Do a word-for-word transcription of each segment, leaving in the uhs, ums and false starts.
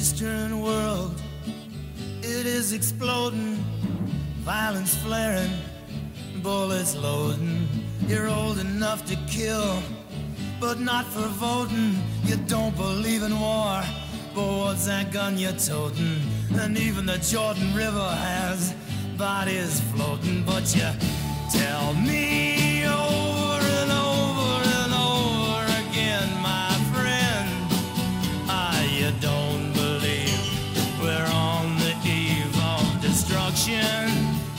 Western world, it is exploding, violence flaring, bullets loading. You're old enough to kill, but not for voting. You don't believe in war, but what's that gun you're toting? And even the Jordan River has bodies floating. But you tell me over and over and over again, my friend, ah, you don't believe we're on the eve of destruction.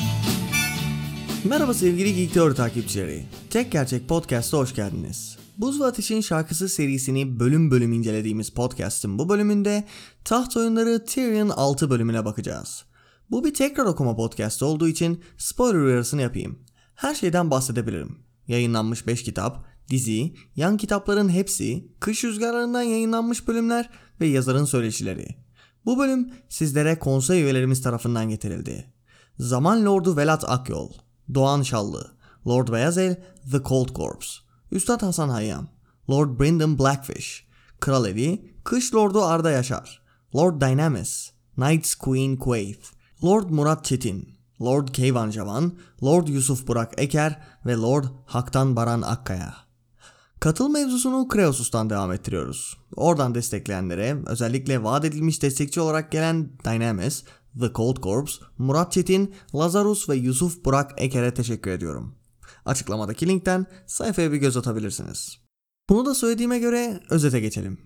Merhaba sevgili Geek Teori takipçileri. Tek Gerçek Podcast'a hoş geldiniz. Buz ve Ateş'in şarkısı serisini bölüm bölüm incelediğimiz podcast'ın bu bölümünde Taht Oyunları Tyrion altı bölümüne bakacağız. Bu bir tekrar okuma podcast olduğu için spoiler uyarısını yapayım. Her şeyden bahsedebilirim. Yayınlanmış beş kitap, dizi, yan kitapların hepsi, Kış Rüzgarlarından yayınlanmış bölümler ve yazarın söyleşileri. Bu bölüm sizlere konsey üyelerimiz tarafından getirildi. Zaman Lordu Velat Akyol, Doğan Şallı, Lord Beyaz-El, The Cold Corpse, Üstad Hasan Hayyam, Lord Bryndam Blackfish, Kral Eddie, Kış Lordu Arda Yaşar, Lord Dynamis, Knights Queen Quaithe, Lord Murat Çetin, Lord Keyvan Javan, Lord Yusuf Burak Eker ve Lord Haktan Baran Akkaya. Katıl mevzusunu Kreosus'tan devam ettiriyoruz. Oradan destekleyenlere, özellikle vaat edilmiş destekçi olarak gelen Dynamis, The Cold Corpse, Murat Çetin, Lazarus ve Yusuf Burak Eker'e teşekkür ediyorum. Açıklamadaki linkten sayfaya bir göz atabilirsiniz. Bunu da söylediğime göre özete geçelim.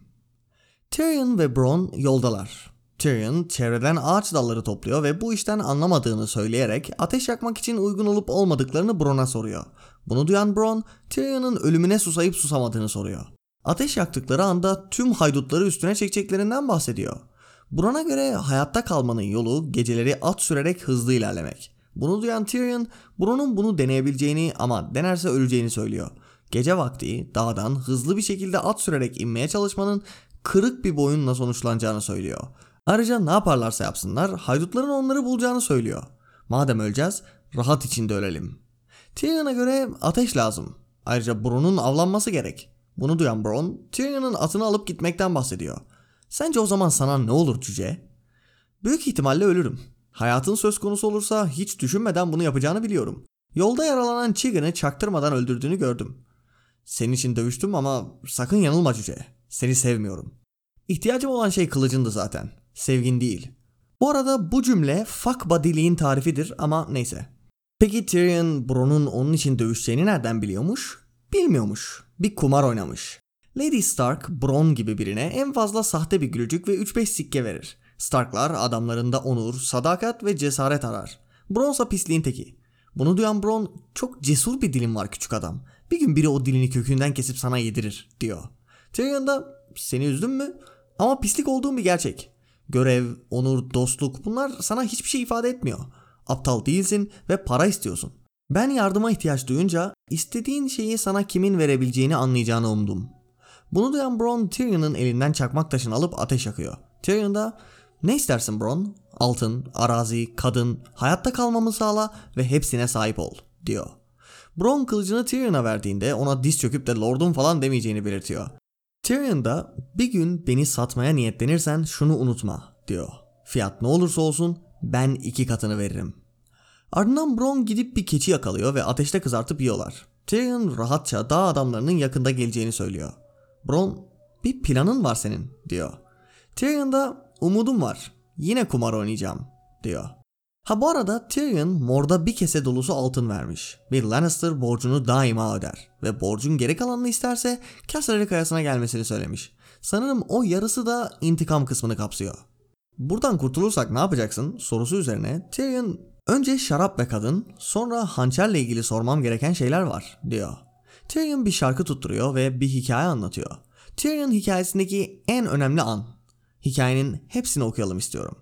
Tyrion ve Bronn yoldalar. Tyrion çevreden ağaç dalları topluyor ve bu işten anlamadığını söyleyerek ateş yakmak için uygun olup olmadıklarını Bronn'a soruyor. Bunu duyan Bronn, Tyrion'un ölümüne susayıp susamadığını soruyor. Ateş yaktıkları anda tüm haydutları üstüne çekeceklerinden bahsediyor. Bronn'a göre hayatta kalmanın yolu geceleri at sürerek hızlı ilerlemek. Bunu duyan Tyrion, Bronn'un bunu deneyebileceğini ama denerse öleceğini söylüyor. Gece vakti dağdan hızlı bir şekilde at sürerek inmeye çalışmanın kırık bir boyunla sonuçlanacağını söylüyor. Ayrıca ne yaparlarsa yapsınlar haydutların onları bulacağını söylüyor. Madem öleceğiz, rahat içinde ölelim. Tyrion'a göre ateş lazım. Ayrıca Bronn'un avlanması gerek. Bunu duyan Bronn, Tyrion'un atını alıp gitmekten bahsediyor. Sence o zaman sana ne olur cüce? Büyük ihtimalle ölürüm. Hayatın söz konusu olursa hiç düşünmeden bunu yapacağını biliyorum. Yolda yaralanan Chigan'ı çaktırmadan öldürdüğünü gördüm. Senin için dövüştüm ama sakın yanılma cüce. Seni sevmiyorum. İhtiyacım olan şey kılıcındı zaten. Sevgin değil. Bu arada bu cümle fuck buddy'liğin tarifidir ama neyse. Peki Tyrion Bronn'un onun için dövüşeceğini nereden biliyormuş? Bilmiyormuş. Bir kumar oynamış. Lady Stark, Bronn gibi birine en fazla sahte bir gülücük ve üç beş sikke verir. Starklar adamlarında onur, sadakat ve cesaret arar. Bronn'sa pisliğin teki. Bunu duyan Bronn, çok cesur bir dilin var küçük adam. Bir gün biri o dilini kökünden kesip sana yedirir diyor. Tyrion da seni üzdüm mü? Ama pislik olduğum bir gerçek. Görev, onur, dostluk bunlar sana hiçbir şey ifade etmiyor. Aptal değilsin ve para istiyorsun. Ben yardıma ihtiyaç duyunca istediğin şeyi sana kimin verebileceğini anlayacağını umdum. Bunu duyan Bronn Tyrion'un elinden çakmak taşını alıp ateş yakıyor. Tyrion da ne istersin Bronn? Altın, arazi, kadın, hayatta kalmamı sağla ve hepsine sahip ol diyor. Bronn kılıcını Tyrion'a verdiğinde ona diz çöküp de lordum falan demeyeceğini belirtiyor. Tyrion da bir gün beni satmaya niyetlenirsen şunu unutma diyor. Fiyat ne olursa olsun ben iki katını veririm. Ardından Bronn gidip bir keçi yakalıyor ve ateşte kızartıp yiyorlar. Tyrion rahatça dağ adamlarının yakında geleceğini söylüyor. Bronn bir planın var senin diyor. Tyrion da umudum var. Yine kumar oynayacağım diyor. Ha bu arada Tyrion Mord'a bir kese dolusu altın vermiş. Bir Lannister borcunu daima öder ve borcun geri kalanını isterse Casterly Kayası'na gelmesini söylemiş. Sanırım o yarısı da intikam kısmını kapsıyor. Buradan kurtulursak ne yapacaksın sorusu üzerine Tyrion önce şarap ve kadın sonra hançerle ilgili sormam gereken şeyler var diyor. Tyrion bir şarkı tutturuyor ve bir hikaye anlatıyor. Tyrion hikayesindeki en önemli an. Hikayenin hepsini okuyalım istiyorum.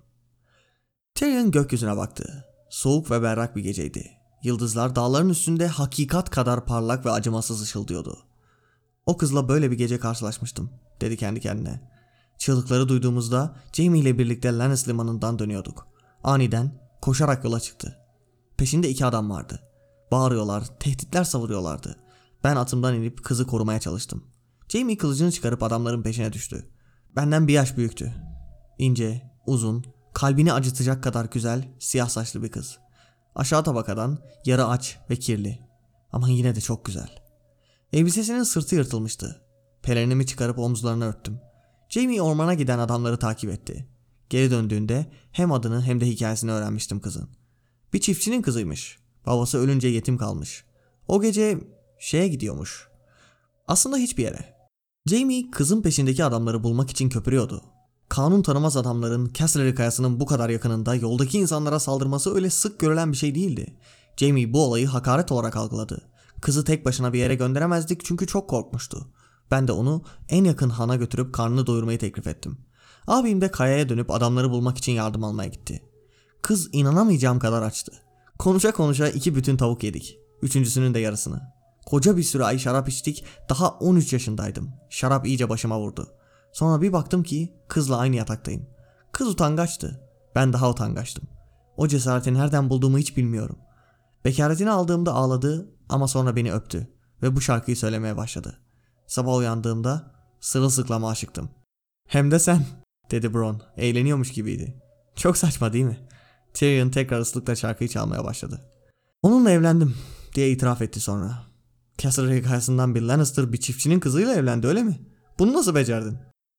Tyrion gökyüzüne baktı. Soğuk ve berrak bir geceydi. Yıldızlar dağların üstünde hakikat kadar parlak ve acımasız ışıldıyordu. O kızla böyle bir gece karşılaşmıştım, dedi kendi kendine. Çığlıkları duyduğumuzda Jaime ile birlikte Lannis limanından dönüyorduk. Aniden koşarak yola çıktı. Peşinde iki adam vardı. Bağırıyorlar, tehditler savuruyorlardı. Ben atımdan inip kızı korumaya çalıştım. Jaime kılıcını çıkarıp adamların peşine düştü. Benden bir yaş büyüktü. İnce, uzun, kalbini acıtacak kadar güzel, siyah saçlı bir kız. Aşağı tabakadan, yarı aç ve kirli. Ama yine de çok güzel. Elbisesinin sırtı yırtılmıştı. Pelerinimi çıkarıp omuzlarına örttüm. Jamie ormana giden adamları takip etti. Geri döndüğünde hem adını hem de hikayesini öğrenmiştim kızın. Bir çiftçinin kızıymış. Babası ölünce yetim kalmış. O gece şeye gidiyormuş. Aslında hiçbir yere. Jamie kızın peşindeki adamları bulmak için köpürüyordu. Kanun tanımaz adamların Castlereagh kayasının bu kadar yakınında yoldaki insanlara saldırması öyle sık görülen bir şey değildi. Jamie bu olayı hakaret olarak algıladı. Kızı tek başına bir yere gönderemezdik çünkü çok korkmuştu. Ben de onu en yakın hana götürüp karnını doyurmayı teklif ettim. Abim de kayaya dönüp adamları bulmak için yardım almaya gitti. Kız inanamayacağım kadar açtı. Konuşa konuşa iki bütün tavuk yedik. Üçüncüsünün de yarısını. Koca bir süre ay şarap içtik. Daha on üç yaşındaydım. Şarap iyice başıma vurdu. Sonra bir baktım ki kızla aynı yataktayım. Kız utangaçtı. Ben daha utangaçtım. O cesareti nereden bulduğumu hiç bilmiyorum. Bekaretini aldığımda ağladı ama sonra beni öptü ve bu şarkıyı söylemeye başladı. Sabah uyandığımda sırılsıklama aşıktım. Hem de sen, dedi Bronn. Eğleniyormuş gibiydi. Çok saçma değil mi? Tyrion tekrar ıslıkla şarkıyı çalmaya başladı. Onunla evlendim diye itiraf etti sonra. Castlereagh hikayesinden bir Lannister bir çiftçinin kızıyla evlendi, öyle mi? Bunu nasıl becerdin?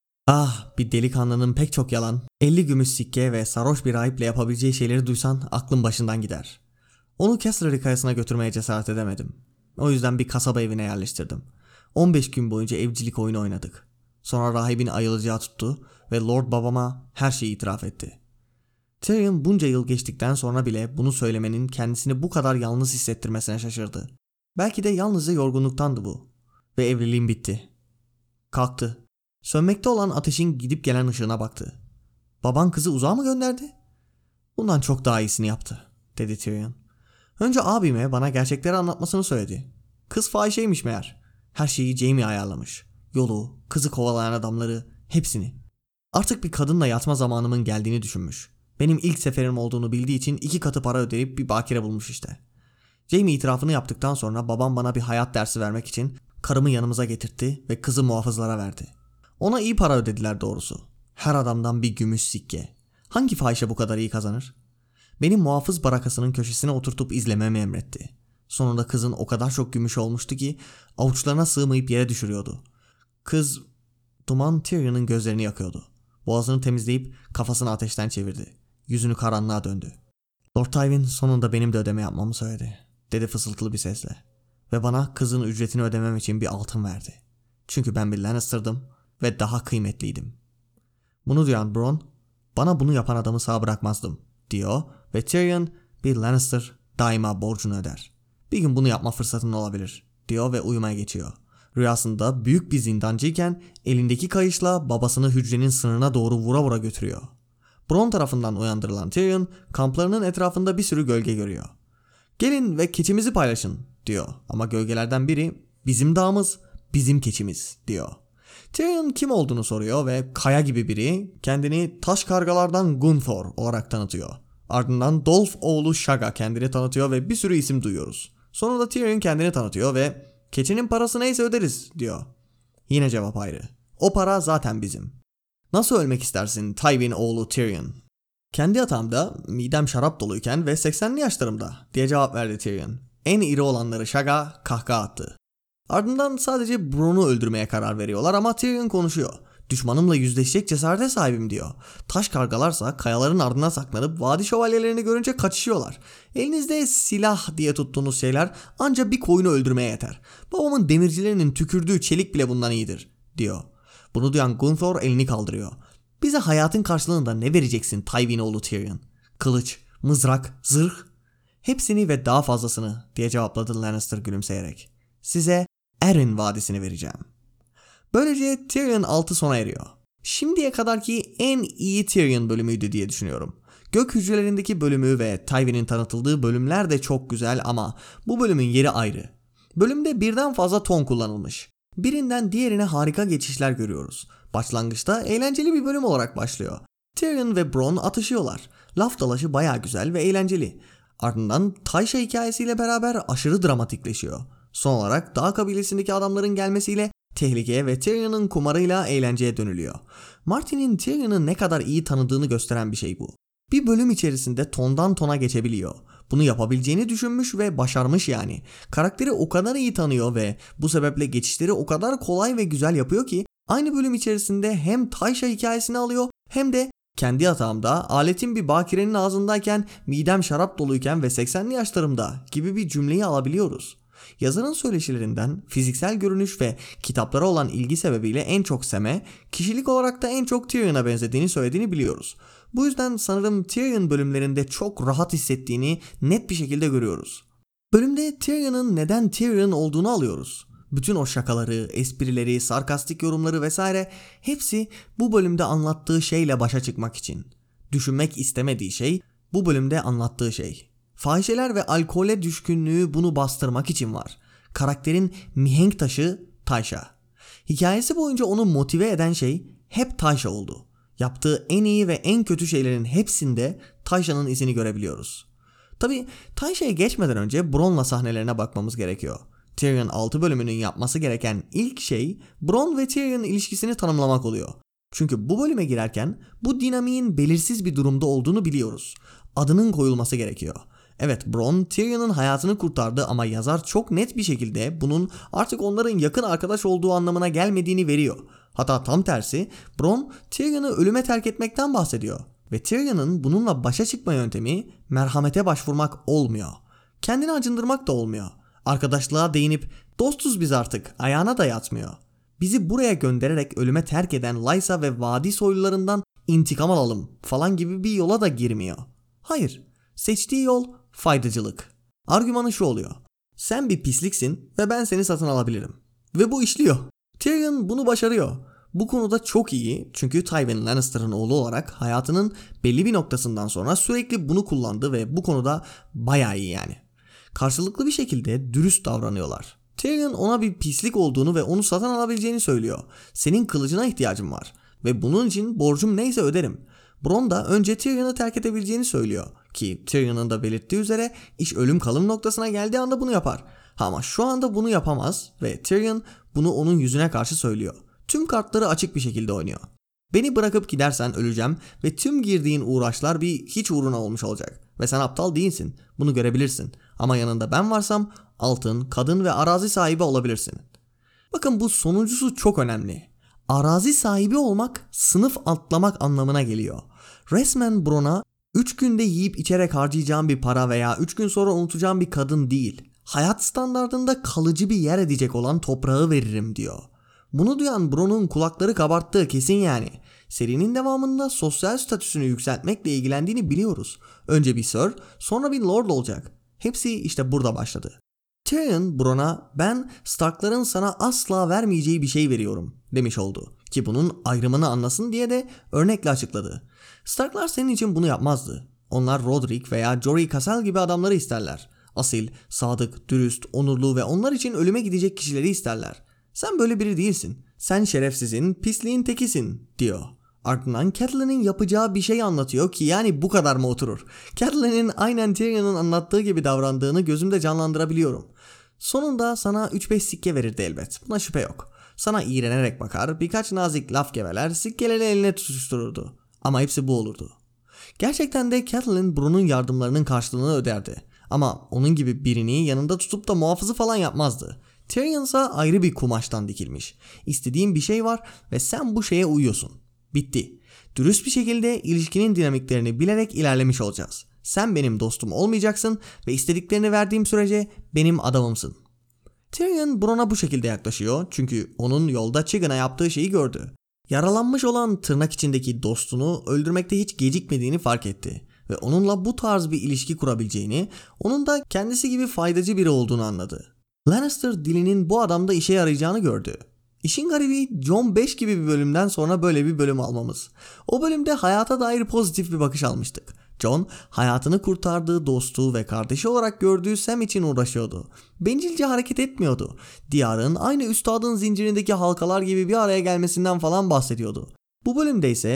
Ah, bir delikanlının pek çok yalan, elli gümüş sikke ve sarhoş bir rahiple yapabileceği şeyleri duysan aklın başından gider. Onu Castlereagh kayasına götürmeye cesaret edemedim. O yüzden bir kasaba evine yerleştirdim. on beş gün boyunca evcilik oyunu oynadık. Sonra rahibin ayılacağı tuttu ve Lord babama her şeyi itiraf etti. Tyrion bunca yıl geçtikten sonra bile bunu söylemenin kendisini bu kadar yalnız hissettirmesine şaşırdı. Belki de yalnızca yorgunluktandı bu. Ve evliliğim bitti. Kalktı. Sönmekte olan ateşin gidip gelen ışığına baktı. Baban kızı uzağa mı gönderdi? Bundan çok daha iyisini yaptı, dedi Tyrion. Önce abime bana gerçekleri anlatmasını söyledi. Kız fahişeymiş meğer. Her şeyi Jamie ayarlamış. Yolu, kızı kovalayan adamları, hepsini. Artık bir kadınla yatma zamanımın geldiğini düşünmüş. Benim ilk seferim olduğunu bildiği için iki katı para ödeyip bir bakire bulmuş işte. Jamie itirafını yaptıktan sonra babam bana bir hayat dersi vermek için karımı yanımıza getirtti ve kızı muhafızlara verdi. Ona iyi para ödediler doğrusu. Her adamdan bir gümüş sikke. Hangi fahişe bu kadar iyi kazanır? Beni muhafız barakasının köşesine oturtup izlememi emretti. Sonunda kızın o kadar çok gümüş olmuştu ki avuçlarına sığmayıp yere düşürüyordu. Kız, duman Tyrion'un gözlerini yakıyordu. Boğazını temizleyip kafasını ateşten çevirdi. Yüzünü karanlığa döndü. Lord Tywin sonunda benim de ödeme yapmamı söyledi, dedi fısıltılı bir sesle. Ve bana kızın ücretini ödemem için bir altın verdi. Çünkü ben bir Lannister'dım ve daha kıymetliydim. Bunu duyan Bronn, bana bunu yapan adamı sağ bırakmazdım, diyor ve Tyrion, bir Lannister daima borcunu öder. Bir gün bunu yapma fırsatın olabilir, diyor ve uyumaya geçiyor. Rüyasında büyük bir zindancıyken elindeki kayışla babasını hücrenin sınırına doğru vura vura götürüyor. Bronn tarafından uyandırılan Tyrion kamplarının etrafında bir sürü gölge görüyor. Gelin ve keçimizi paylaşın, diyor ama gölgelerden biri bizim dağımız, bizim keçimiz, diyor. Tyrion kim olduğunu soruyor ve kaya gibi biri kendini taş kargalardan Gunthor olarak tanıtıyor. Ardından Dolf oğlu Shag'a kendini tanıtıyor ve bir sürü isim duyuyoruz. Sonunda Tyrion kendini tanıtıyor ve keçinin parası neyse öderiz, diyor. Yine cevap ayrı. O para zaten bizim. Nasıl ölmek istersin Tywin oğlu Tyrion? Kendi yatağımda, midem şarap doluyken ve seksenli yaşlarımda, diye cevap verdi Tyrion. En iri olanları Shag'a kahkaha attı. Ardından sadece Bronn'u öldürmeye karar veriyorlar ama Tyrion konuşuyor. Düşmanımla yüzleşecek cesarete sahibim, diyor. Taş kargalarsa kayaların ardına saklanıp vadi şövalyelerini görünce kaçışıyorlar. Elinizde silah diye tuttuğunuz şeyler ancak bir koyunu öldürmeye yeter. Babamın demircilerinin tükürdüğü çelik bile bundan iyidir, diyor. Bunu duyan Gunthor elini kaldırıyor. Bize hayatın karşılığında ne vereceksin Tywin oğlu Tyrion? Kılıç, mızrak, zırh? Hepsini ve daha fazlasını, diye cevapladı Lannister gülümseyerek. Size Arryn Vadisi'ni vereceğim. Böylece Tyrion altı sona eriyor. Şimdiye kadarki en iyi Tyrion bölümüydü diye düşünüyorum. Gök hücrelerindeki bölümü ve Tywin'in tanıtıldığı bölümler de çok güzel ama bu bölümün yeri ayrı. Bölümde birden fazla ton kullanılmış. Birinden diğerine harika geçişler görüyoruz. Başlangıçta eğlenceli bir bölüm olarak başlıyor. Tyrion ve Bronn atışıyorlar. Laf dalaşı baya güzel ve eğlenceli. Ardından Tysha hikayesiyle beraber aşırı dramatikleşiyor. Son olarak dağ kabilesindeki adamların gelmesiyle tehlikeye ve Tyrion'un kumarıyla eğlenceye dönülüyor. Martin'in Tyrion'u ne kadar iyi tanıdığını gösteren bir şey bu. Bir bölüm içerisinde tondan tona geçebiliyor. Bunu yapabileceğini düşünmüş ve başarmış yani. Karakteri o kadar iyi tanıyor ve bu sebeple geçişleri o kadar kolay ve güzel yapıyor ki aynı bölüm içerisinde hem Tysha hikayesini alıyor hem de kendi hatamda, aletin bir bakirenin ağzındayken, midem şarap doluyken ve seksenli yaşlarımda gibi bir cümleyi alabiliyoruz. Yazarın söyleşilerinden fiziksel görünüş ve kitaplara olan ilgi sebebiyle en çok Sam'e, kişilik olarak da en çok Tyrion'a benzediğini söylediğini biliyoruz. Bu yüzden sanırım Tyrion bölümlerinde çok rahat hissettiğini net bir şekilde görüyoruz. Bölümde Tyrion'un neden Tyrion olduğunu alıyoruz. Bütün o şakaları, esprileri, sarkastik yorumları vesaire hepsi bu bölümde anlattığı şeyle başa çıkmak için. Düşünmek istemediği şey bu bölümde anlattığı şey. Fahişeler ve alkole düşkünlüğü bunu bastırmak için var. Karakterin mihenk taşı Tysha. Hikayesi boyunca onu motive eden şey hep Tysha oldu. Yaptığı en iyi ve en kötü şeylerin hepsinde Tysha'nın izini görebiliyoruz. Tabi Tysha'ya geçmeden önce Bronn'la sahnelerine bakmamız gerekiyor. Tyrion altı bölümünün yapması gereken ilk şey Bronn ve Tyrion ilişkisini tanımlamak oluyor. Çünkü bu bölüme girerken bu dinamiğin belirsiz bir durumda olduğunu biliyoruz. Adının koyulması gerekiyor. Evet, Bronn Tyrion'un hayatını kurtardı ama yazar çok net bir şekilde bunun artık onların yakın arkadaş olduğu anlamına gelmediğini veriyor. Hatta tam tersi Bronn Tyrion'u ölüme terk etmekten bahsediyor. Ve Tyrion'un bununla başa çıkma yöntemi merhamete başvurmak olmuyor. Kendini acındırmak da olmuyor. Arkadaşlığa değinip dostuz biz artık ayağına da yatmıyor. Bizi buraya göndererek ölüme terk eden Lysa ve vadi soylularından intikam alalım falan gibi bir yola da girmiyor. Hayır, seçtiği yol faydacılık. Argümanı şu oluyor. Sen bir pisliksin ve ben seni satın alabilirim. Ve bu işliyor. Tyrion bunu başarıyor. Bu konuda çok iyi çünkü Tywin Lannister'ın oğlu olarak hayatının belli bir noktasından sonra sürekli bunu kullandı ve bu konuda bayağı iyi yani. Karşılıklı bir şekilde dürüst davranıyorlar. Tyrion ona bir pislik olduğunu ve onu satın alabileceğini söylüyor. Senin kılıcına ihtiyacım var ve bunun için borcum neyse öderim. Bronn da önce Tyrion'u terk edebileceğini söylüyor. Ki Tyrion'un da belirttiği üzere iş ölüm kalım noktasına geldiği anda bunu yapar. Ama şu anda bunu yapamaz ve Tyrion bunu onun yüzüne karşı söylüyor. Tüm kartları açık bir şekilde oynuyor. Beni bırakıp gidersen öleceğim ve tüm girdiğin uğraşlar bir hiç uğruna olmuş olacak. Ve sen aptal değilsin. Bunu görebilirsin. Ama yanında ben varsam altın, kadın ve arazi sahibi olabilirsin. Bakın bu sonuncusu çok önemli. Arazi sahibi olmak sınıf atlamak anlamına geliyor. Resmen Bronn'a üç günde yiyip içerek harcayacağım bir para veya üç gün sonra unutacağım bir kadın değil. Hayat standardında kalıcı bir yer edecek olan toprağı veririm diyor. Bunu duyan Bronn'un kulakları kabarttığı kesin yani. Serinin devamında sosyal statüsünü yükseltmekle ilgilendiğini biliyoruz. Önce bir Sir, sonra bir Lord olacak. Hepsi işte burada başladı. Tyrion Bronn'a ben Stark'ların sana asla vermeyeceği bir şey veriyorum demiş oldu. Ki bunun ayrımını anlasın diye de örnekle açıkladı. Stark'lar senin için bunu yapmazdı. Onlar Roderick veya Jory Cassel gibi adamları isterler. Asil, sadık, dürüst, onurlu ve onlar için ölüme gidecek kişileri isterler. Sen böyle biri değilsin. Sen şerefsizin, pisliğin tekisin diyor. Ardından Catelyn'in yapacağı bir şey anlatıyor ki yani bu kadar mı oturur? Catelyn'in aynen Tyrion'un anlattığı gibi davrandığını gözümde canlandırabiliyorum. Sonunda sana üç beş sikke verirdi elbet. Buna şüphe yok. Sana iğrenerek bakar, birkaç nazik laf geveler, sikkeleri eline tutuştururdu. Ama hepsi bu olurdu. Gerçekten de Catelyn Bronn'un yardımlarının karşılığını öderdi. Ama onun gibi birini yanında tutup da muhafızı falan yapmazdı. Tyrion ise ayrı bir kumaştan dikilmiş. İstediğin bir şey var ve sen bu şeye uyuyorsun. Bitti. Dürüst bir şekilde ilişkinin dinamiklerini bilerek ilerlemiş olacağız. Sen benim dostum olmayacaksın ve istediklerini verdiğim sürece benim adamımsın. Tyrion Bronn'a bu şekilde yaklaşıyor çünkü onun yolda Chiggen'a yaptığı şeyi gördü. Yaralanmış olan tırnak içindeki dostunu öldürmekte hiç gecikmediğini fark etti. Ve onunla bu tarz bir ilişki kurabileceğini, onun da kendisi gibi faydacı biri olduğunu anladı. Lannister dilinin bu adamda işe yarayacağını gördü. İşin garibi Jon beş gibi bir bölümden sonra böyle bir bölüm almamız. O bölümde hayata dair pozitif bir bakış almıştık. Jon hayatını kurtardığı dostu ve kardeşi olarak gördüğü Sam için uğraşıyordu. Bencilce hareket etmiyordu. Diyarın aynı üstadın zincirindeki halkalar gibi bir araya gelmesinden falan bahsediyordu. Bu bölümde ise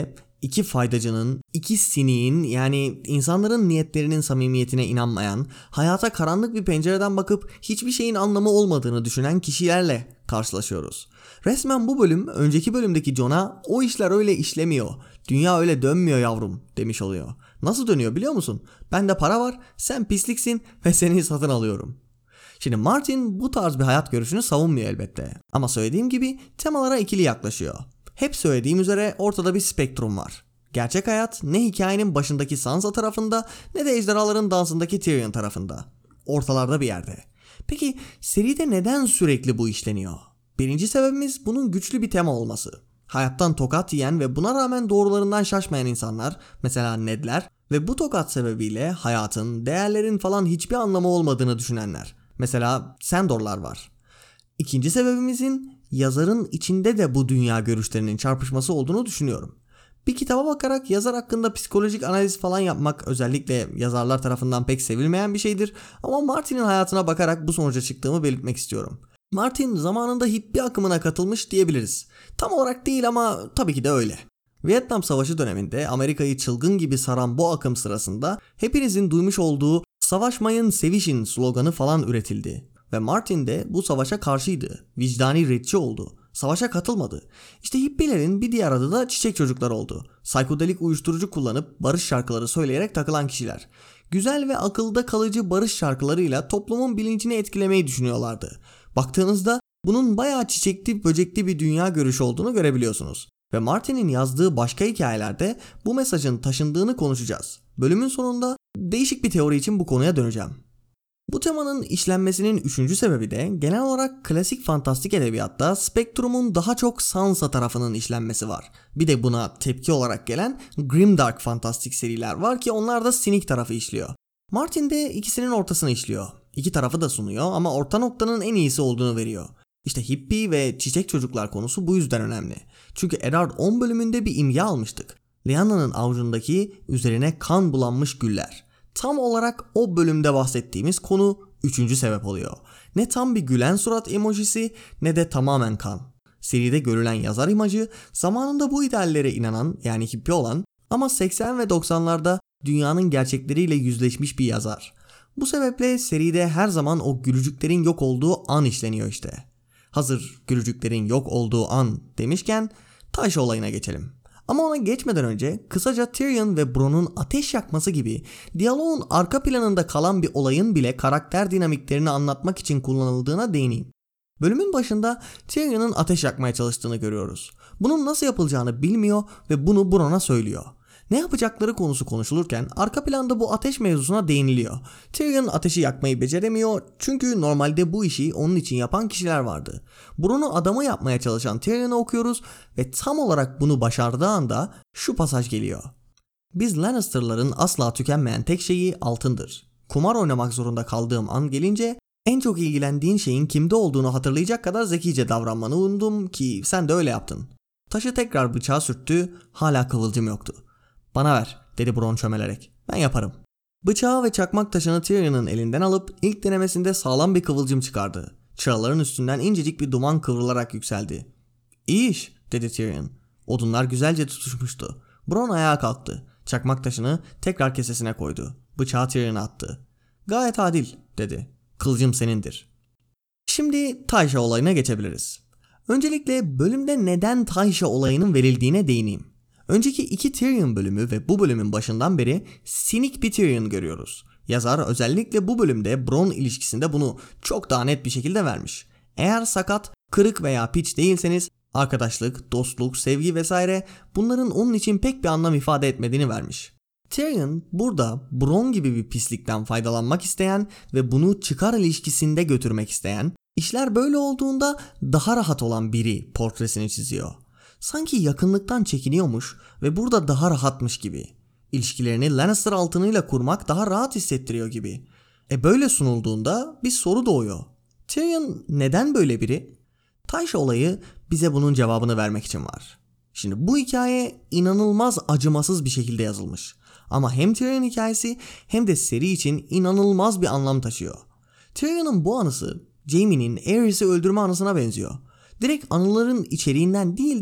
İki faydacının, iki siniğin yani insanların niyetlerinin samimiyetine inanmayan, hayata karanlık bir pencereden bakıp hiçbir şeyin anlamı olmadığını düşünen kişilerle karşılaşıyoruz. Resmen bu bölüm önceki bölümdeki John'a o işler öyle işlemiyor, dünya öyle dönmüyor yavrum demiş oluyor. Nasıl dönüyor biliyor musun? Bende para var, sen pisliksin ve seni satın alıyorum. Şimdi Martin bu tarz bir hayat görüşünü savunmuyor elbette. Ama söylediğim gibi temalara ikili yaklaşıyor. Hep söylediğim üzere ortada bir spektrum var. Gerçek hayat ne hikayenin başındaki Sansa tarafında ne de ejderhaların dansındaki Tyrion tarafında. Ortalarda bir yerde. Peki seride neden sürekli bu işleniyor? Birinci sebebimiz bunun güçlü bir tema olması. Hayattan tokat yiyen ve buna rağmen doğrularından şaşmayan insanlar, mesela Nedler ve bu tokat sebebiyle hayatın, değerlerin falan hiçbir anlamı olmadığını düşünenler. Mesela Sandorlar var. İkinci sebebimizin yazarın içinde de bu dünya görüşlerinin çarpışması olduğunu düşünüyorum. Bir kitaba bakarak yazar hakkında psikolojik analiz falan yapmak özellikle yazarlar tarafından pek sevilmeyen bir şeydir. Ama Martin'in hayatına bakarak bu sonuca çıktığımı belirtmek istiyorum. Martin zamanında hippie akımına katılmış diyebiliriz. Tam olarak değil ama tabii ki de öyle. Vietnam Savaşı döneminde Amerika'yı çılgın gibi saran bu akım sırasında hepinizin duymuş olduğu "Savaşmayın, sevişin" sloganı falan üretildi. Ve Martin de bu savaşa karşıydı. Vicdani redçi oldu. Savaşa katılmadı. İşte hippilerin bir diğer adı da çiçek çocuklar oldu. Psikodelik uyuşturucu kullanıp barış şarkıları söyleyerek takılan kişiler. Güzel ve akılda kalıcı barış şarkılarıyla toplumun bilincini etkilemeyi düşünüyorlardı. Baktığınızda bunun bayağı çiçekli böcekli bir dünya görüşü olduğunu görebiliyorsunuz. Ve Martin'in yazdığı başka hikayelerde bu mesajın taşındığını konuşacağız. Bölümün sonunda değişik bir teori için bu konuya döneceğim. Bu temanın işlenmesinin üçüncü sebebi de genel olarak klasik fantastik edebiyatta spektrumun daha çok Sansa tarafının işlenmesi var. Bir de buna tepki olarak gelen grimdark fantastik seriler var ki onlar da sinik tarafı işliyor. Martin de ikisinin ortasını işliyor. İki tarafı da sunuyor ama orta noktanın en iyisi olduğunu veriyor. İşte hippie ve çiçek çocuklar konusu bu yüzden önemli. Çünkü Eddard on bölümünde bir imge almıştık. Lyana'nın avucundaki üzerine kan bulanmış güller. Tam olarak o bölümde bahsettiğimiz konu üçüncü sebep oluyor. Ne tam bir gülen surat emojisi ne de tamamen kan. Seride görülen yazar imajı zamanında bu ideallere inanan yani hippie olan ama seksen ve doksanlarda dünyanın gerçekleriyle yüzleşmiş bir yazar. Bu sebeple seride her zaman o gülücüklerin yok olduğu an işleniyor işte. Hazır gülücüklerin yok olduğu an demişken Tayşa olayına geçelim. Ama ona geçmeden önce kısaca Tyrion ve Bronn'un ateş yakması gibi diyaloğun arka planında kalan bir olayın bile karakter dinamiklerini anlatmak için kullanıldığına değineyim. Bölümün başında Tyrion'un ateş yakmaya çalıştığını görüyoruz. Bunun nasıl yapılacağını bilmiyor ve bunu Bronn'a söylüyor. Ne yapacakları konusu konuşulurken arka planda bu ateş mevzusuna değiniliyor. Tyrion ateşi yakmayı beceremiyor çünkü normalde bu işi onun için yapan kişiler vardı. Bronn'u adamı yapmaya çalışan Tyrion'u okuyoruz ve tam olarak bunu başardığı anda şu pasaj geliyor. Biz Lannister'ların asla tükenmeyen tek şeyi altındır. Kumar oynamak zorunda kaldığım an gelince en çok ilgilendiğin şeyin kimde olduğunu hatırlayacak kadar zekice davranmanı umdum ki sen de öyle yaptın. Taşı tekrar bıçağa sürttü, hala kıvılcım yoktu. Bana ver dedi Bronn çömelerek. Ben yaparım. Bıçağı ve çakmak taşını Tyrion'un elinden alıp ilk denemesinde sağlam bir kıvılcım çıkardı. Çıraların üstünden incecik bir duman kıvrılarak yükseldi. İyi iş dedi Tyrion. Odunlar güzelce tutuşmuştu. Bronn ayağa kalktı. Çakmak taşını tekrar kesesine koydu. Bıçağı Tyrion'a attı. Gayet adil dedi. Kılıcım senindir. Şimdi Tayşa olayına geçebiliriz. Öncelikle bölümde neden Tayşa olayının verildiğine değineyim. Önceki iki Tyrion bölümü ve bu bölümün başından beri sinik bir Tyrion görüyoruz. Yazar özellikle bu bölümde Bronn ilişkisinde bunu çok daha net bir şekilde vermiş. Eğer sakat, kırık veya piç değilseniz arkadaşlık, dostluk, sevgi vesaire bunların onun için pek bir anlam ifade etmediğini vermiş. Tyrion burada Bronn gibi bir pislikten faydalanmak isteyen ve bunu çıkar ilişkisinde götürmek isteyen, işler böyle olduğunda daha rahat olan biri portresini çiziyor. Sanki yakınlıktan çekiniyormuş ve burada daha rahatmış gibi. İlişkilerini Lannister altınıyla kurmak daha rahat hissettiriyor gibi. E böyle sunulduğunda bir soru doğuyor. Tyrion neden böyle biri? Tayşa olayı bize bunun cevabını vermek için var. Şimdi bu hikaye inanılmaz acımasız bir şekilde yazılmış. Ama hem Tyrion hikayesi hem de seri için inanılmaz bir anlam taşıyor. Tyrion'un bu anısı Jaime'nin Aerys'i öldürme anısına benziyor. Direkt anıların içeriğinden değil de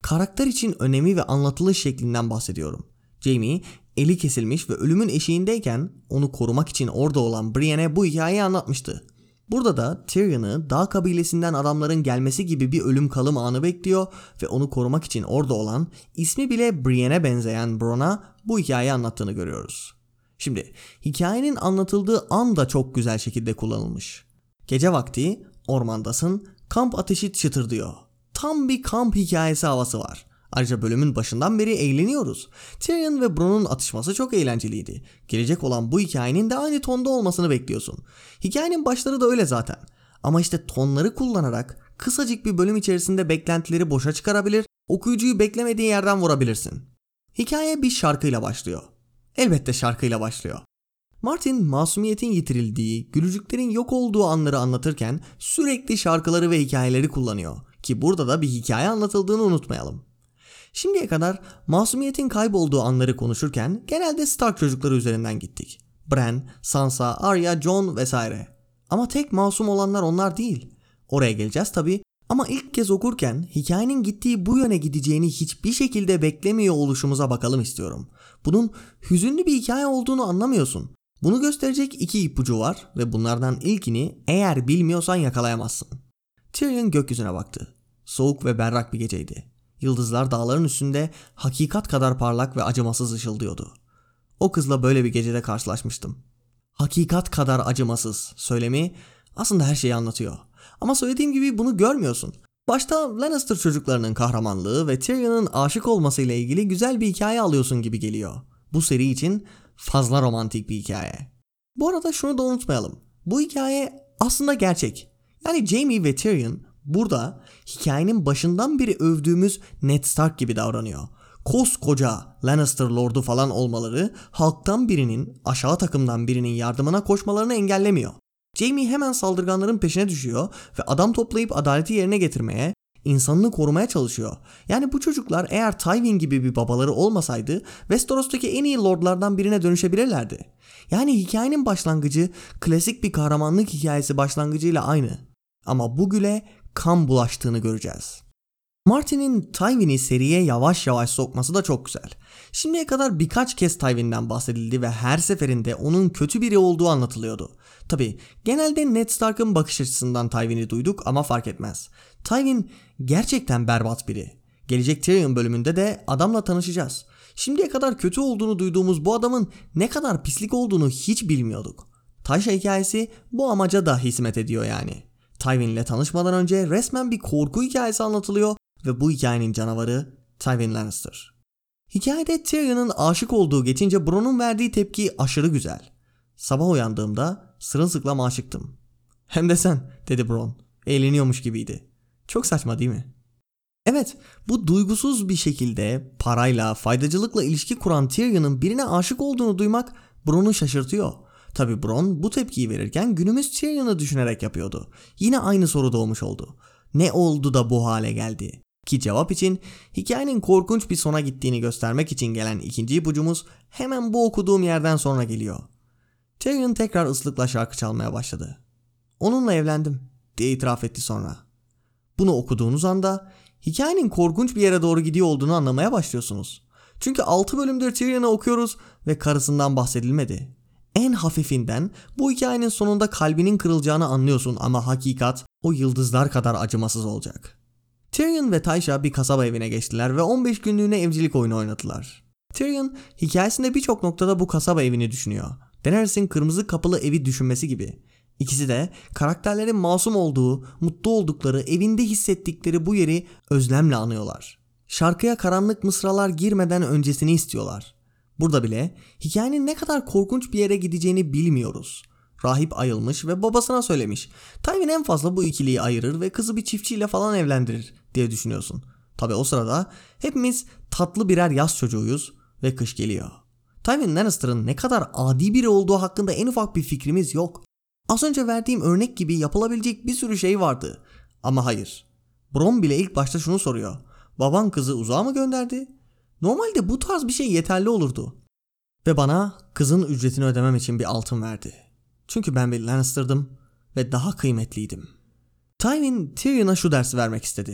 Karakter için önemi ve anlatılış şeklinden bahsediyorum. Jaime eli kesilmiş ve ölümün eşiğindeyken onu korumak için orada olan Brienne'e bu hikayeyi anlatmıştı. Burada da Tyrion'u dağ kabilesinden adamların gelmesi gibi bir ölüm kalım anı bekliyor ve onu korumak için orada olan, ismi bile Brienne'e benzeyen Bronn'a bu hikayeyi anlattığını görüyoruz. Şimdi hikayenin anlatıldığı an da çok güzel şekilde kullanılmış. Gece vakti ormandasın, kamp ateşi çıtırdıyor. Tam bir kamp hikayesi havası var. Ayrıca bölümün başından beri eğleniyoruz. Tyrion ve Bronn'un atışması çok eğlenceliydi. Gelecek olan bu hikayenin de aynı tonda olmasını bekliyorsun. Hikayenin başları da öyle zaten. Ama işte tonları kullanarak kısacık bir bölüm içerisinde beklentileri boşa çıkarabilir, okuyucuyu beklemediği yerden vurabilirsin. Hikaye bir şarkıyla başlıyor. Elbette şarkıyla başlıyor. Martin masumiyetin yitirildiği, gülücüklerin yok olduğu anları anlatırken sürekli şarkıları ve hikayeleri kullanıyor. Ki burada da bir hikaye anlatıldığını unutmayalım. Şimdiye kadar masumiyetin kaybolduğu anları konuşurken genelde Stark çocukları üzerinden gittik. Bran, Sansa, Arya, Jon vesaire. Ama tek masum olanlar onlar değil. Oraya geleceğiz tabii. Ama ilk kez okurken hikayenin gittiği bu yöne gideceğini hiçbir şekilde beklemiyor oluşumuza bakalım istiyorum. Bunun hüzünlü bir hikaye olduğunu anlamıyorsun. Bunu gösterecek iki ipucu var ve bunlardan ilkini eğer bilmiyorsan yakalayamazsın. Tyrion gökyüzüne baktı. Soğuk ve berrak bir geceydi. Yıldızlar dağların üstünde hakikat kadar parlak ve acımasız ışıldıyordu. O kızla böyle bir gecede karşılaşmıştım. Hakikat kadar acımasız söylemi aslında her şeyi anlatıyor. Ama söylediğim gibi bunu görmüyorsun. Başta Lannister çocuklarının kahramanlığı ve Tyrion'un aşık olmasıyla ilgili güzel bir hikaye alıyorsun gibi geliyor. Bu seri için fazla romantik bir hikaye. Bu arada şunu da unutmayalım. Bu hikaye aslında gerçek. Yani Jaime ve Tyrion burada hikayenin başından beri övdüğümüz Ned Stark gibi davranıyor. Koskoca Lannister Lord'u falan olmaları halktan birinin, aşağı takımdan birinin yardımına koşmalarını engellemiyor. Jaime hemen saldırganların peşine düşüyor ve adam toplayıp adaleti yerine getirmeye, insanını korumaya çalışıyor. Yani bu çocuklar eğer Tywin gibi bir babaları olmasaydı Westeros'taki en iyi lordlardan birine dönüşebilirlerdi. Yani hikayenin başlangıcı klasik bir kahramanlık hikayesi başlangıcıyla aynı. Ama bu güle kan bulaştığını göreceğiz. Martin'in Tywin'i seriye yavaş yavaş sokması da çok güzel. Şimdiye kadar birkaç kez Tywin'den bahsedildi ve her seferinde onun kötü biri olduğu anlatılıyordu. Tabi genelde Ned Stark'ın bakış açısından Tywin'i duyduk ama fark etmez. Tywin gerçekten berbat biri. Gelecek Tyrion bölümünde de adamla tanışacağız. Şimdiye kadar kötü olduğunu duyduğumuz bu adamın ne kadar pislik olduğunu hiç bilmiyorduk. Tayşa hikayesi bu amaca da hizmet ediyor yani. Tywin'le tanışmadan önce resmen bir korku hikayesi anlatılıyor ve bu hikayenin canavarı Tywin Lannister. Hikayede Tyrion'un aşık olduğu geçince Bronn'un verdiği tepki aşırı güzel. Sabah uyandığımda sırılsıklam aşıktım. Hem de sen, dedi Bronn. Eğleniyormuş gibiydi. Çok saçma değil mi? Evet, bu duygusuz bir şekilde parayla, faydacılıkla ilişki kuran Tyrion'un birine aşık olduğunu duymak Bronn'u şaşırtıyor. Tabi Bronn bu tepkiyi verirken günümüz Tyrion'u düşünerek yapıyordu. Yine aynı soru doğmuş oldu. Ne oldu da bu hale geldi? Ki cevap için hikayenin korkunç bir sona gittiğini göstermek için gelen ikinci ipucumuz hemen bu okuduğum yerden sonra geliyor. Tyrion tekrar ıslıkla şarkı çalmaya başladı. Onunla evlendim diye itiraf etti sonra. Bunu okuduğunuz anda hikayenin korkunç bir yere doğru gidiyor olduğunu anlamaya başlıyorsunuz. Çünkü altı bölümdür Tyrion'u okuyoruz ve karısından bahsedilmedi. En hafifinden bu hikayenin sonunda kalbinin kırılacağını anlıyorsun ama hakikat o yıldızlar kadar acımasız olacak. Tyrion ve Tayşa bir kasaba evine geçtiler ve on beş günlüğüne evcilik oyunu oynadılar. Tyrion hikayesinde birçok noktada bu kasaba evini düşünüyor. Daenerys'in kırmızı kapılı evi düşünmesi gibi. İkisi de karakterlerin masum olduğu, mutlu oldukları, evinde hissettikleri bu yeri özlemle anıyorlar. Şarkıya karanlık mısralar girmeden öncesini istiyorlar. Burada bile hikayenin ne kadar korkunç bir yere gideceğini bilmiyoruz. Rahip ayılmış ve babasına söylemiş. Tywin en fazla bu ikiliyi ayırır ve kızı bir çiftçiyle falan evlendirir diye düşünüyorsun. Tabi o sırada hepimiz tatlı birer yaz çocuğuyuz ve kış geliyor. Tywin Lannister'ın ne kadar adi biri olduğu hakkında en ufak bir fikrimiz yok. Az önce verdiğim örnek gibi yapılabilecek bir sürü şey vardı. Ama hayır. Bronn bile ilk başta şunu soruyor. Baban kızı uzağa mı gönderdi? Normalde bu tarz bir şey yeterli olurdu. Ve bana kızın ücretini ödemem için bir altın verdi. Çünkü ben bir Lannister'dım ve daha kıymetliydim. Tywin Tyrion'a şu dersi vermek istedi.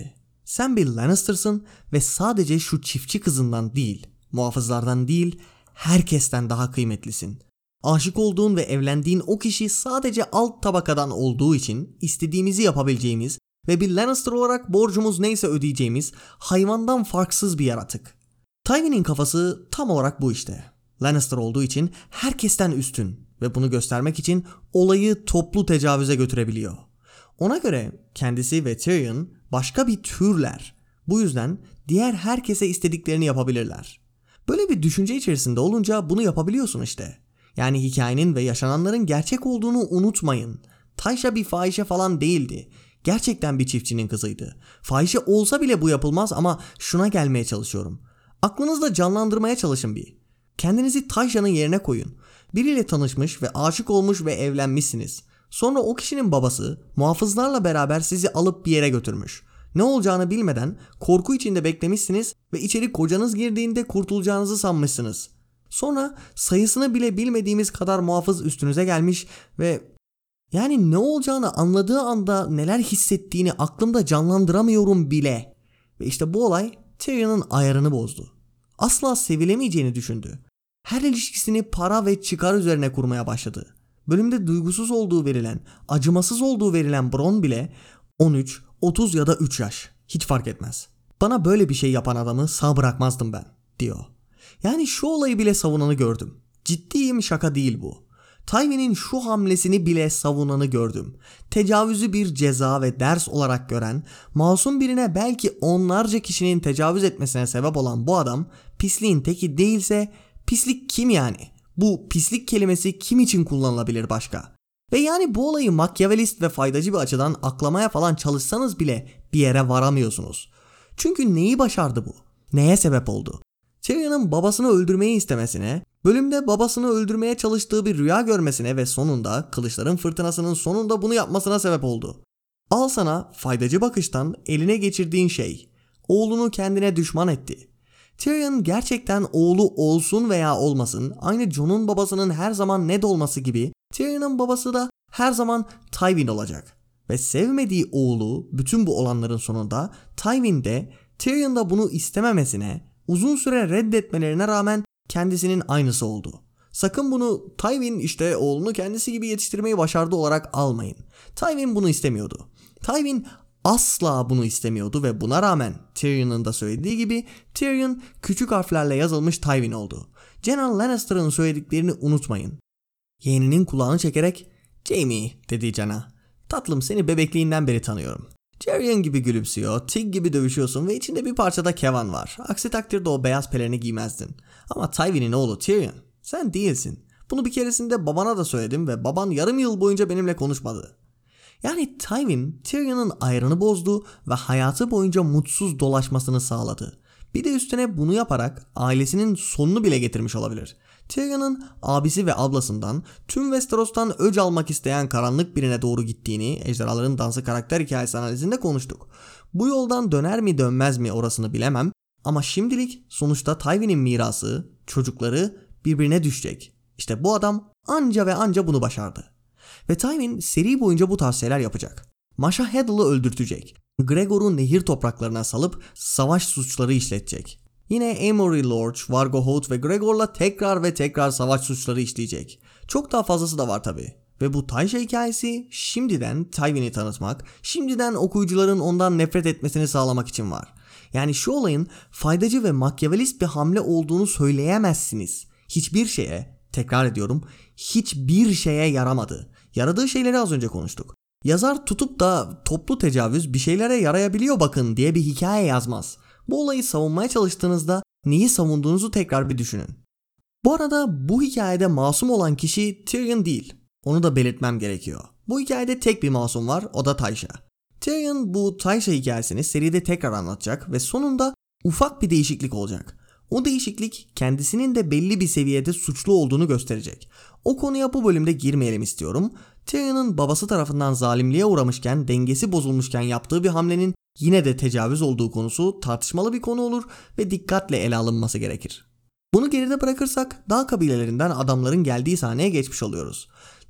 Sen bir Lannister'sın ve sadece şu çiftçi kızından değil, muhafızlardan değil, herkesten daha kıymetlisin. Aşık olduğun ve evlendiğin o kişi sadece alt tabakadan olduğu için istediğimizi yapabileceğimiz ve bir Lannister olarak borcumuz neyse ödeyeceğimiz hayvandan farksız bir yaratık. Tywin'in kafası tam olarak bu işte. Lannister olduğu için herkesten üstün ve bunu göstermek için olayı toplu tecavüze götürebiliyor. Ona göre kendisi ve Tyrion başka bir türler. Bu yüzden diğer herkese istediklerini yapabilirler. Böyle bir düşünce içerisinde olunca bunu yapabiliyorsun işte. Yani hikayenin ve yaşananların gerçek olduğunu unutmayın. Tayşa bir fahişe falan değildi. Gerçekten bir çiftçinin kızıydı. Fahişe olsa bile bu yapılmaz ama şuna gelmeye çalışıyorum. Aklınızda canlandırmaya çalışın bir. Kendinizi Tayşa'nın yerine koyun. Biriyle tanışmış ve aşık olmuş ve evlenmişsiniz. Sonra o kişinin babası muhafızlarla beraber sizi alıp bir yere götürmüş. Ne olacağını bilmeden korku içinde beklemişsiniz ve içeri kocanız girdiğinde kurtulacağınızı sanmışsınız. Sonra sayısını bile bilmediğimiz kadar muhafız üstünüze gelmiş ve yani ne olacağını anladığı anda neler hissettiğini aklımda canlandıramıyorum bile. Ve işte bu olay Tyrion'un ayarını bozdu. Asla sevilemeyeceğini düşündü. Her ilişkisini para ve çıkar üzerine kurmaya başladı. Bölümde duygusuz olduğu verilen, acımasız olduğu verilen Bronn bile on üç, otuz ya da üç yaş. Hiç fark etmez. Bana böyle bir şey yapan adamı sağ bırakmazdım ben, diyor. Yani şu olayı bile savunanı gördüm. Ciddiyim, şaka değil bu. Tywin'in şu hamlesini bile savunanı gördüm. Tecavüzü bir ceza ve ders olarak gören, masum birine belki onlarca kişinin tecavüz etmesine sebep olan bu adam pisliğin teki değilse pislik kim yani? Bu pislik kelimesi kim için kullanılabilir başka? Ve yani bu olayı makyavelist ve faydacı bir açıdan aklamaya falan çalışsanız bile bir yere varamıyorsunuz. Çünkü neyi başardı bu? Neye sebep oldu? Tyrion'un babasını öldürmeyi istemesine, bölümde babasını öldürmeye çalıştığı bir rüya görmesine ve sonunda kılıçların fırtınasının sonunda bunu yapmasına sebep oldu. Al sana faydacı bakıştan eline geçirdiğin şey. Oğlunu kendine düşman etti. Tyrion gerçekten oğlu olsun veya olmasın, aynı Jon'un babasının her zaman Ned olması gibi Tyrion'un babası da her zaman Tywin olacak. Ve sevmediği oğlu bütün bu olanların sonunda Tywin de Tyrion'da bunu istememesine, uzun süre reddetmelerine rağmen kendisinin aynısı oldu. Sakın bunu Tywin işte oğlunu kendisi gibi yetiştirmeyi başardı olarak almayın. Tywin bunu istemiyordu. Tywin asla bunu istemiyordu ve buna rağmen Tyrion'un da söylediği gibi Tyrion küçük harflerle yazılmış Tywin oldu. General Lannister'ın söylediklerini unutmayın. Yeğeninin kulağını çekerek "Jaime," dedi Jan'a. "Tatlım, seni bebekliğinden beri tanıyorum. Tyrion gibi gülümsüyor, Tig gibi dövüşüyorsun ve içinde bir parçada Kevan var. Aksi takdirde o beyaz pelerini giymezdin. Ama Tywin'in oğlu Tyrion, sen değilsin. Bunu bir keresinde babana da söyledim ve baban yarım yıl boyunca benimle konuşmadı." Yani Tywin, Tyrion'un ayrını bozdu ve hayatı boyunca mutsuz dolaşmasını sağladı. Bir de üstüne bunu yaparak ailesinin sonunu bile getirmiş olabilir. Tyrion'un abisi ve ablasından tüm Westeros'tan öc almak isteyen karanlık birine doğru gittiğini Ejderhaların Dansı karakter hikayesi analizinde konuştuk. Bu yoldan döner mi dönmez mi orasını bilemem ama şimdilik sonuçta Tywin'in mirası, çocukları birbirine düşecek. İşte bu adam anca ve anca bunu başardı. Ve Tywin seri boyunca bu tarz şeyler yapacak. Masha Haddle'ı öldürtecek. Gregor'u nehir topraklarına salıp savaş suçları işletecek. Yine Amory Lorch, Vargo Hoat ve Gregor'la tekrar ve tekrar savaş suçları işleyecek. Çok daha fazlası da var tabi. Ve bu Tayşa hikayesi şimdiden Tywin'i tanıtmak, şimdiden okuyucuların ondan nefret etmesini sağlamak için var. Yani şu olayın faydacı ve makyavelist bir hamle olduğunu söyleyemezsiniz. Hiçbir şeye, tekrar ediyorum, hiçbir şeye yaramadı. Yaradığı şeyleri az önce konuştuk. Yazar tutup da toplu tecavüz bir şeylere yarayabiliyor bakın diye bir hikaye yazmaz. Bu olayı savunmaya çalıştığınızda neyi savunduğunuzu tekrar bir düşünün. Bu arada bu hikayede masum olan kişi Tyrion değil. Onu da belirtmem gerekiyor. Bu hikayede tek bir masum var, o da Tayşa. Tyrion bu Tayşa hikayesini seride tekrar anlatacak ve sonunda ufak bir değişiklik olacak. O değişiklik kendisinin de belli bir seviyede suçlu olduğunu gösterecek. O konuya bu bölümde girmeyelim istiyorum. Tyrion'un babası tarafından zalimliğe uğramışken, dengesi bozulmuşken yaptığı bir hamlenin yine de tecavüz olduğu konusu tartışmalı bir konu olur ve dikkatle ele alınması gerekir. Bunu geride bırakırsak dağ kabilelerinden adamların geldiği sahneye geçmiş oluyoruz.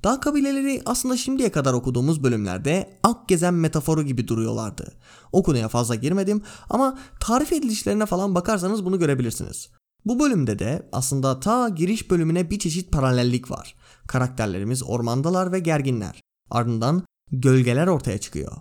Dağ kabileleri aslında şimdiye kadar okuduğumuz bölümlerde ak gezen metaforu gibi duruyorlardı. O konuya fazla girmedim ama tarif edilişlerine falan bakarsanız bunu görebilirsiniz. Bu bölümde de aslında ta giriş bölümüne bir çeşit paralellik var. Karakterlerimiz ormandalar ve gerginler. Ardından gölgeler ortaya çıkıyor.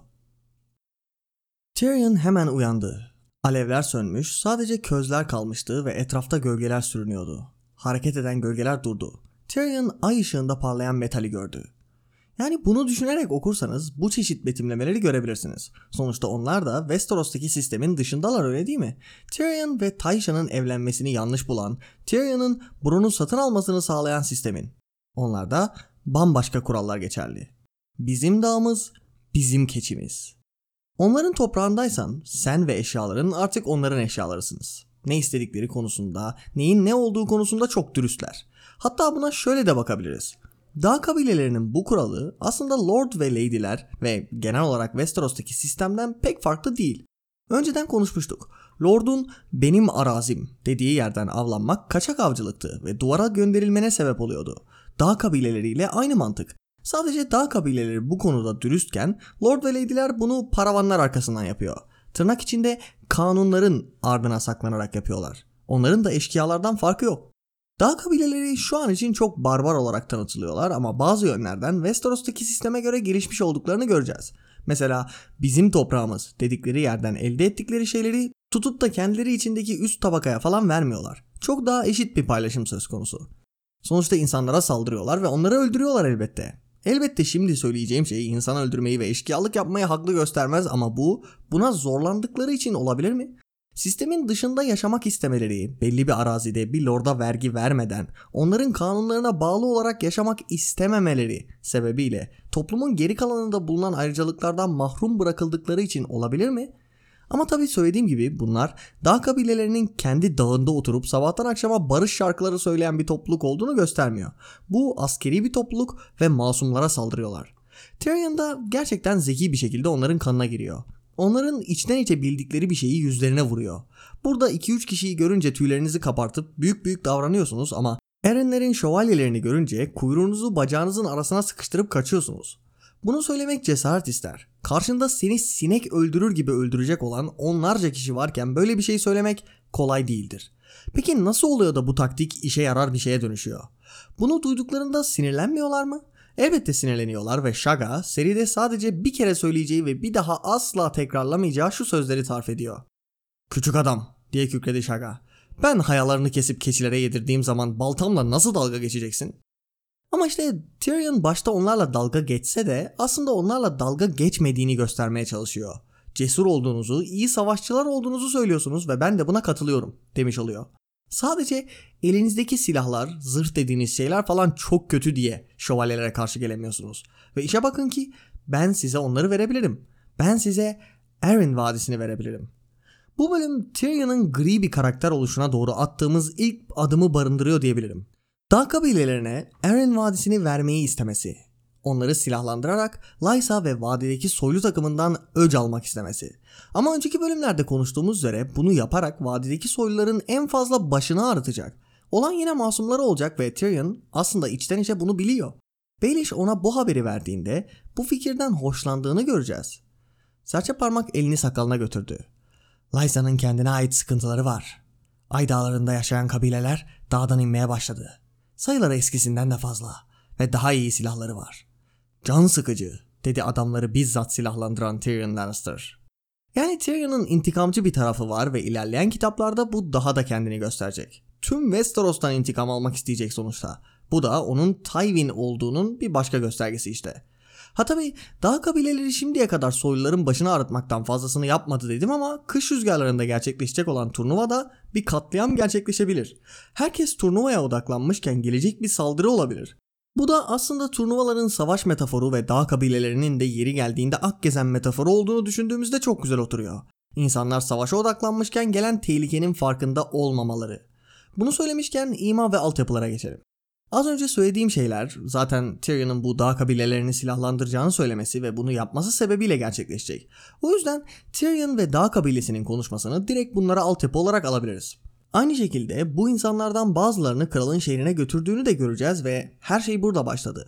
Tyrion hemen uyandı. Alevler sönmüş, sadece közler kalmıştı ve etrafta gölgeler sürünüyordu. Hareket eden gölgeler durdu. Tyrion ay ışığında parlayan metali gördü. Yani bunu düşünerek okursanız bu çeşit betimlemeleri görebilirsiniz. Sonuçta onlar da Westeros'taki sistemin dışındalar, öyle değil mi? Tyrion ve Tysha'nın evlenmesini yanlış bulan, Tyrion'un Bron'u satın almasını sağlayan sistemin. Onlarda bambaşka kurallar geçerli. Bizim dağımız, bizim keçimiz. Onların toprağındaysan sen ve eşyaların artık onların eşyalarısınız. Ne istedikleri konusunda, neyin ne olduğu konusunda çok dürüstler. Hatta buna şöyle de bakabiliriz. Dağ kabilelerinin bu kuralı aslında Lord ve Lady'ler ve genel olarak Westeros'taki sistemden pek farklı değil. Önceden konuşmuştuk. Lord'un benim arazim dediği yerden avlanmak kaçak avcılıktı ve duvara gönderilmene sebep oluyordu. Dağ kabileleriyle aynı mantık. Sadece dağ kabileleri bu konuda dürüstken Lord ve Lady'ler bunu paravanlar arkasından yapıyor. Tırnak içinde kanunların ardına saklanarak yapıyorlar. Onların da eşkıyalardan farkı yok. Dağ kabileleri şu an için çok barbar olarak tanıtılıyorlar ama bazı yönlerden Westeros'taki sisteme göre gelişmiş olduklarını göreceğiz. Mesela bizim toprağımız dedikleri yerden elde ettikleri şeyleri tutup da kendileri içindeki üst tabakaya falan vermiyorlar. Çok daha eşit bir paylaşım söz konusu. Sonuçta insanlara saldırıyorlar ve onları öldürüyorlar elbette. Elbette şimdi söyleyeceğim şey insan öldürmeyi ve eşkıyalık yapmayı haklı göstermez ama bu buna zorlandıkları için olabilir mi? Sistemin dışında yaşamak istemeleri, belli bir arazide bir lorda vergi vermeden onların kanunlarına bağlı olarak yaşamak istememeleri sebebiyle toplumun geri kalanında bulunan ayrıcalıklardan mahrum bırakıldıkları için olabilir mi? Ama tabii söylediğim gibi bunlar dağ kabilelerinin kendi dağında oturup sabahtan akşama barış şarkıları söyleyen bir topluluk olduğunu göstermiyor. Bu askeri bir topluluk ve masumlara saldırıyorlar. Tyrion da gerçekten zeki bir şekilde onların kanına giriyor. Onların içten içe bildikleri bir şeyi yüzlerine vuruyor. Burada iki üç kişiyi görünce tüylerinizi kapartıp büyük büyük davranıyorsunuz ama Erinlerin şövalyelerini görünce kuyruğunuzu bacağınızın arasına sıkıştırıp kaçıyorsunuz. Bunu söylemek cesaret ister. Karşında seni sinek öldürür gibi öldürecek olan onlarca kişi varken böyle bir şey söylemek kolay değildir. Peki nasıl oluyor da bu taktik işe yarar bir şeye dönüşüyor? Bunu duyduklarında sinirlenmiyorlar mı? Elbette sinirleniyorlar ve Shagga seride sadece bir kere söyleyeceği ve bir daha asla tekrarlamayacağı şu sözleri sarf ediyor. "Küçük adam," diye kükredi Shagga. "Ben hayalarını kesip keçilere yedirdiğim zaman baltamla nasıl dalga geçeceksin?" Ama işte Tyrion başta onlarla dalga geçse de aslında onlarla dalga geçmediğini göstermeye çalışıyor. Cesur olduğunuzu, iyi savaşçılar olduğunuzu söylüyorsunuz ve ben de buna katılıyorum demiş oluyor. Sadece elinizdeki silahlar, zırh dediğiniz şeyler falan çok kötü diye şövalyelere karşı gelemiyorsunuz. Ve işe bakın ki ben size onları verebilirim. Ben size Arryn Vadisi'ni verebilirim. Bu bölüm Tyrion'un gri bir karakter oluşuna doğru attığımız ilk adımı barındırıyor diyebilirim. Dağ kabilelerine Arryn Vadisi'ni vermeyi istemesi, onları silahlandırarak Lysa ve vadideki soylu takımından öc almak istemesi. Ama önceki bölümlerde konuştuğumuz üzere bunu yaparak vadideki soyluların en fazla başını ağrıtacak. Olan yine masumları olacak ve Tyrion aslında içten içe bunu biliyor. Baelish ona bu haberi verdiğinde bu fikirden hoşlandığını göreceğiz. Serçe parmak elini sakalına götürdü. Lysa'nın kendine ait sıkıntıları var. Ay dağlarında yaşayan kabileler dağdan inmeye başladı. Sayıları eskisinden de fazla ve daha iyi silahları var. Can sıkıcı, dedi adamları bizzat silahlandıran Tyrion Lannister. Yani Tyrion'un intikamcı bir tarafı var ve ilerleyen kitaplarda bu daha da kendini gösterecek. Tüm Westeros'tan intikam almak isteyecek sonuçta. Bu da onun Tywin olduğunun bir başka göstergesi işte. Ha tabii dağ kabileleri şimdiye kadar soyluların başını ağrıtmaktan fazlasını yapmadı dedim ama kış rüzgarlarında gerçekleşecek olan turnuvada bir katliam gerçekleşebilir. Herkes turnuvaya odaklanmışken gelecek bir saldırı olabilir. Bu da aslında turnuvaların savaş metaforu ve dağ kabilelerinin de yeri geldiğinde ak gezen metaforu olduğunu düşündüğümüzde çok güzel oturuyor. İnsanlar savaşa odaklanmışken gelen tehlikenin farkında olmamaları. Bunu söylemişken ima ve altyapılara geçelim. Az önce söylediğim şeyler zaten Tyrion'un bu dağ kabilelerini silahlandıracağını söylemesi ve bunu yapması sebebiyle gerçekleşecek. O yüzden Tyrion ve dağ kabilesinin konuşmasını direkt bunlara altyapı olarak alabiliriz. Aynı şekilde bu insanlardan bazılarını kralın şehrine götürdüğünü de göreceğiz ve her şey burada başladı.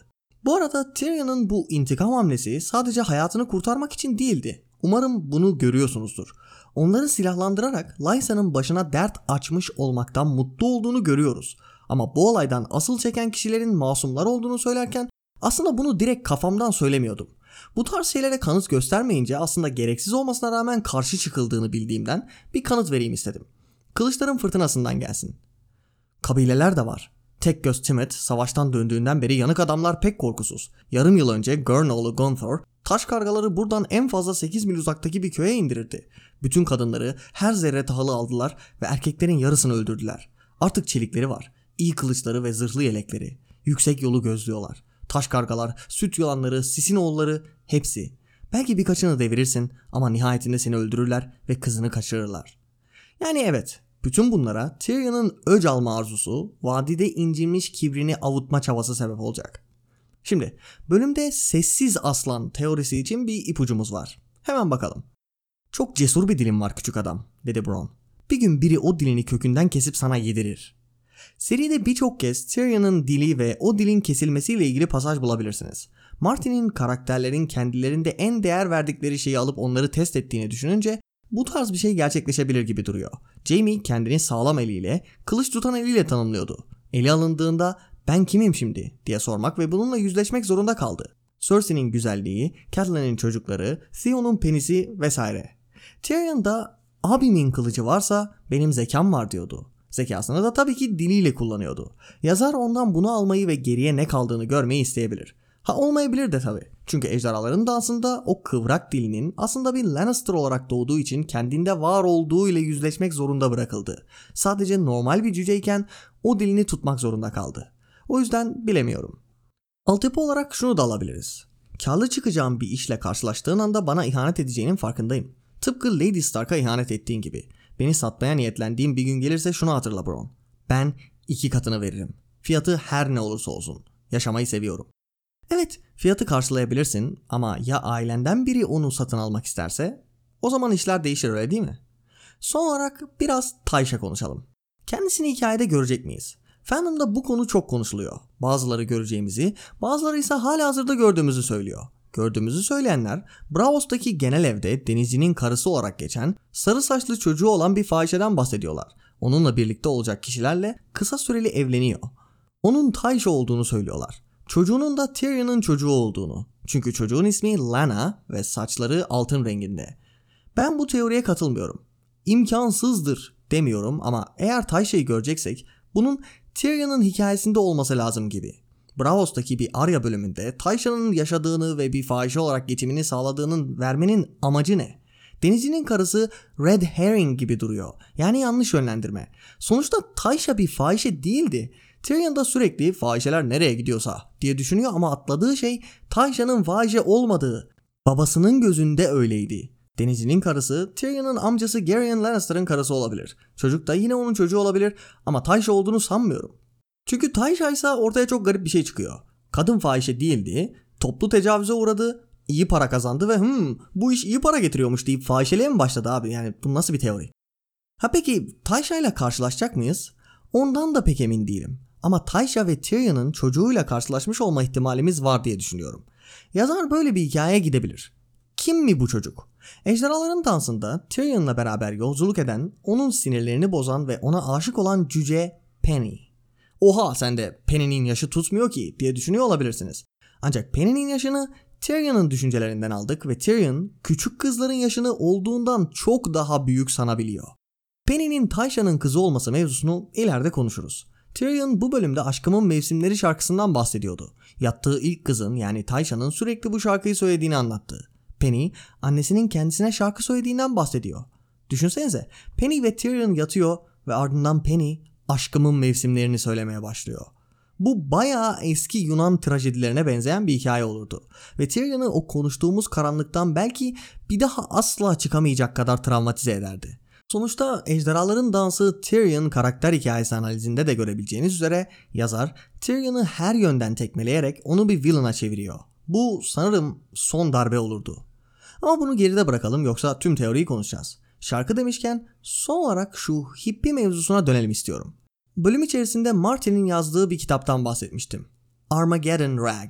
Bu arada Tyrion'un bu intikam hamlesi sadece hayatını kurtarmak için değildi. Umarım bunu görüyorsunuzdur. Onları silahlandırarak Lysa'nın başına dert açmış olmaktan mutlu olduğunu görüyoruz. Ama bu olaydan asıl çeken kişilerin masumlar olduğunu söylerken aslında bunu direkt kafamdan söylemiyordum. Bu tarz şeylere kanıt göstermeyince aslında gereksiz olmasına rağmen karşı çıkıldığını bildiğimden bir kanıt vereyim istedim. Kılıçların fırtınasından gelsin. Kabileler de var. Tek göz Timett savaştan döndüğünden beri yanık adamlar pek korkusuz. Yarım yıl önce Gurnoğlu Gunthor taş kargaları buradan en fazla sekiz mil uzaktaki bir köye indirirdi. Bütün kadınları her zerre tahılı aldılar ve erkeklerin yarısını öldürdüler. Artık çelikleri var. İyi kılıçları ve zırhlı yelekleri. Yüksek yolu gözlüyorlar. Taş kargalar, süt yılanları, sisin oğulları hepsi. Belki birkaçını devirirsin ama nihayetinde seni öldürürler ve kızını kaçırırlar. Yani evet, bütün bunlara Tyrion'un öc alma arzusu, vadide incinmiş kibrini avutma çabası sebep olacak. Şimdi bölümde sessiz aslan teorisi için bir ipucumuz var. Hemen bakalım. Çok cesur bir dilin var küçük adam, dedi Bronn. Bir gün biri o dilini kökünden kesip sana yedirir. Seride birçok kez Tyrion'un dili ve o dilin kesilmesiyle ilgili pasaj bulabilirsiniz. Martin'in karakterlerin kendilerinde en değer verdikleri şeyi alıp onları test ettiğini düşününce bu tarz bir şey gerçekleşebilir gibi duruyor. Jaime kendini sağlam eliyle, kılıç tutan eliyle tanımlıyordu. Eli alındığında ben kimim şimdi diye sormak ve bununla yüzleşmek zorunda kaldı. Cersei'nin güzelliği, Catelyn'in çocukları, Theon'un penisi vesaire. Tyrion da abimin kılıcı varsa benim zekam var diyordu. Zekasını da tabii ki diliyle kullanıyordu. Yazar ondan bunu almayı ve geriye ne kaldığını görmeyi isteyebilir. Ha olmayabilir de tabii. Çünkü ejderhaların dansında o kıvrak dilinin aslında bir Lannister olarak doğduğu için kendinde var olduğu ile yüzleşmek zorunda bırakıldı. Sadece normal bir cüceyken o dilini tutmak zorunda kaldı. O yüzden bilemiyorum. Altyapı olarak şunu da alabiliriz. Karlı çıkacağım bir işle karşılaştığın anda bana ihanet edeceğinin farkındayım. Tıpkı Lady Stark'a ihanet ettiğin gibi. Beni satmaya niyetlendiğim bir gün gelirse şunu hatırla Bronn. Ben iki katını veririm. Fiyatı her ne olursa olsun. Yaşamayı seviyorum. Evet, fiyatı karşılayabilirsin ama ya ailenden biri onu satın almak isterse? O zaman işler değişir, öyle değil mi? Son olarak biraz Tysha konuşalım. Kendisini hikayede görecek miyiz? Fandom'da bu konu çok konuşuluyor. Bazıları göreceğimizi, bazıları ise halihazırda gördüğümüzü söylüyor. Gördüğümüzü söyleyenler, Braavos'taki genel evde denizcinin karısı olarak geçen, sarı saçlı çocuğu olan bir fahişeden bahsediyorlar. Onunla birlikte olacak kişilerle kısa süreli evleniyor. Onun Tysha olduğunu söylüyorlar. Çocuğunun da Tyrion'un çocuğu olduğunu. Çünkü çocuğun ismi Lana ve saçları altın renginde. Ben bu teoriye katılmıyorum. İmkansızdır demiyorum ama eğer Tysha'yı göreceksek bunun Tyrion'un hikayesinde olması lazım gibi. Braavos'taki bir Arya bölümünde Tysha'nın yaşadığını ve bir fahişe olarak geçimini sağladığının vermenin amacı ne? Denizcinin karısı Red Herring gibi duruyor. Yani yanlış yönlendirme. Sonuçta Tysha bir fahişe değildi. Tyrion da sürekli fahişeler nereye gidiyorsa diye düşünüyor ama atladığı şey Tysha'nın fahişe olmadığı. Babasının gözünde öyleydi. Denizcinin karısı Tyrion'un amcası Gerion Lannister'ın karısı olabilir. Çocuk da yine onun çocuğu olabilir ama Tysha olduğunu sanmıyorum. Çünkü Tysha ise ortaya çok garip bir şey çıkıyor. Kadın fahişe değildi, toplu tecavüze uğradı, iyi para kazandı ve hmm, bu iş iyi para getiriyormuş deyip fahişeliğe mi başladı abi? Yani bu nasıl bir teori? Ha peki Tysha ile karşılaşacak mıyız? Ondan da pek emin değilim. Ama Tysha ve Tyrion'un çocuğuyla karşılaşmış olma ihtimalimiz var diye düşünüyorum. Yazar böyle bir hikayeye gidebilir. Kim mi bu çocuk? Ejderhaların dansında Tyrion'la beraber yolculuk eden, onun sinirlerini bozan ve ona aşık olan cüce Penny. Oha sen de Penny'nin yaşı tutmuyor ki diye düşünüyor olabilirsiniz. Ancak Penny'nin yaşını Tyrion'un düşüncelerinden aldık ve Tyrion küçük kızların yaşını olduğundan çok daha büyük sanabiliyor. Penny'nin Tysha'nın kızı olması mevzusunu ileride konuşuruz. Tyrion bu bölümde Aşkımın Mevsimleri şarkısından bahsediyordu. Yattığı ilk kızın yani Tysha'nın sürekli bu şarkıyı söylediğini anlattı. Penny annesinin kendisine şarkı söylediğinden bahsediyor. Düşünsenize Penny ve Tyrion yatıyor ve ardından Penny Aşkımın Mevsimlerini söylemeye başlıyor. Bu bayağı eski Yunan trajedilerine benzeyen bir hikaye olurdu. Ve Tyrion'u o konuştuğumuz karanlıktan belki bir daha asla çıkamayacak kadar travmatize ederdi. Sonuçta ejderhaların dansı Tyrion karakter hikayesi analizinde de görebileceğiniz üzere yazar Tyrion'u her yönden tekmeleyerek onu bir villain'a çeviriyor. Bu sanırım son darbe olurdu. Ama bunu geride bırakalım yoksa tüm teoriyi konuşacağız. Şarkı demişken son olarak şu hippie mevzusuna dönelim istiyorum. Bölüm içerisinde Martin'in yazdığı bir kitaptan bahsetmiştim. Armageddon Rag.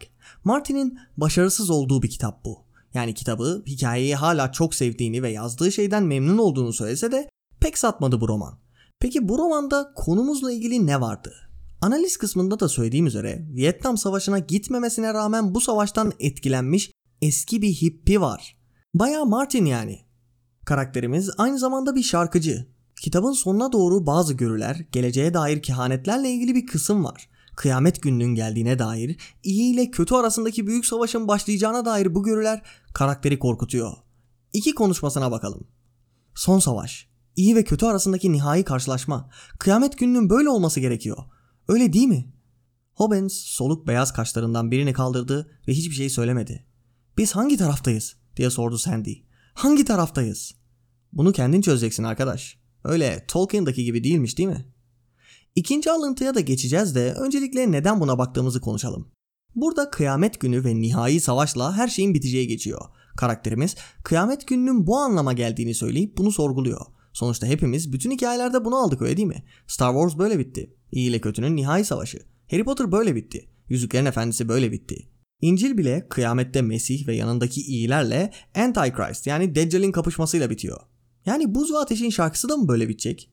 Martin'in başarısız olduğu bir kitap bu. Yani kitabı hikayeyi hala çok sevdiğini ve yazdığı şeyden memnun olduğunu söylese de pek satmadı bu roman. Peki bu romanda konumuzla ilgili ne vardı? Analiz kısmında da söylediğim üzere Vietnam Savaşı'na gitmemesine rağmen bu savaştan etkilenmiş eski bir hippi var. Bayağı Martin yani. Karakterimiz aynı zamanda bir şarkıcı. Kitabın sonuna doğru bazı görüler, geleceğe dair kehanetlerle ilgili bir kısım var. Kıyamet gününün geldiğine dair, iyi ile kötü arasındaki büyük savaşın başlayacağına dair bu görüler karakteri korkutuyor. İki konuşmasına bakalım. Son savaş, iyi ve kötü arasındaki nihai karşılaşma, kıyamet gününün böyle olması gerekiyor. Öyle değil mi? Hobbins soluk beyaz kaşlarından birini kaldırdı ve hiçbir şey söylemedi. Biz hangi taraftayız diye sordu Sandy. Hangi taraftayız? Bunu kendin çözeceksin arkadaş. Öyle Tolkien'daki gibi değilmiş değil mi? İkinci alıntıya da geçeceğiz de öncelikle neden buna baktığımızı konuşalım. Burada kıyamet günü ve nihai savaşla her şeyin biteceği geçiyor. Karakterimiz kıyamet gününün bu anlama geldiğini söyleyip bunu sorguluyor. Sonuçta hepimiz bütün hikayelerde bunu aldık, öyle değil mi? Star Wars böyle bitti. İyi ile kötünün nihai savaşı. Harry Potter böyle bitti. Yüzüklerin Efendisi böyle bitti. İncil bile kıyamette Mesih ve yanındaki iyilerle Antichrist yani Deccal'in kapışmasıyla bitiyor. Yani Buz ve Ateş'in şarkısı da mı böyle bitecek?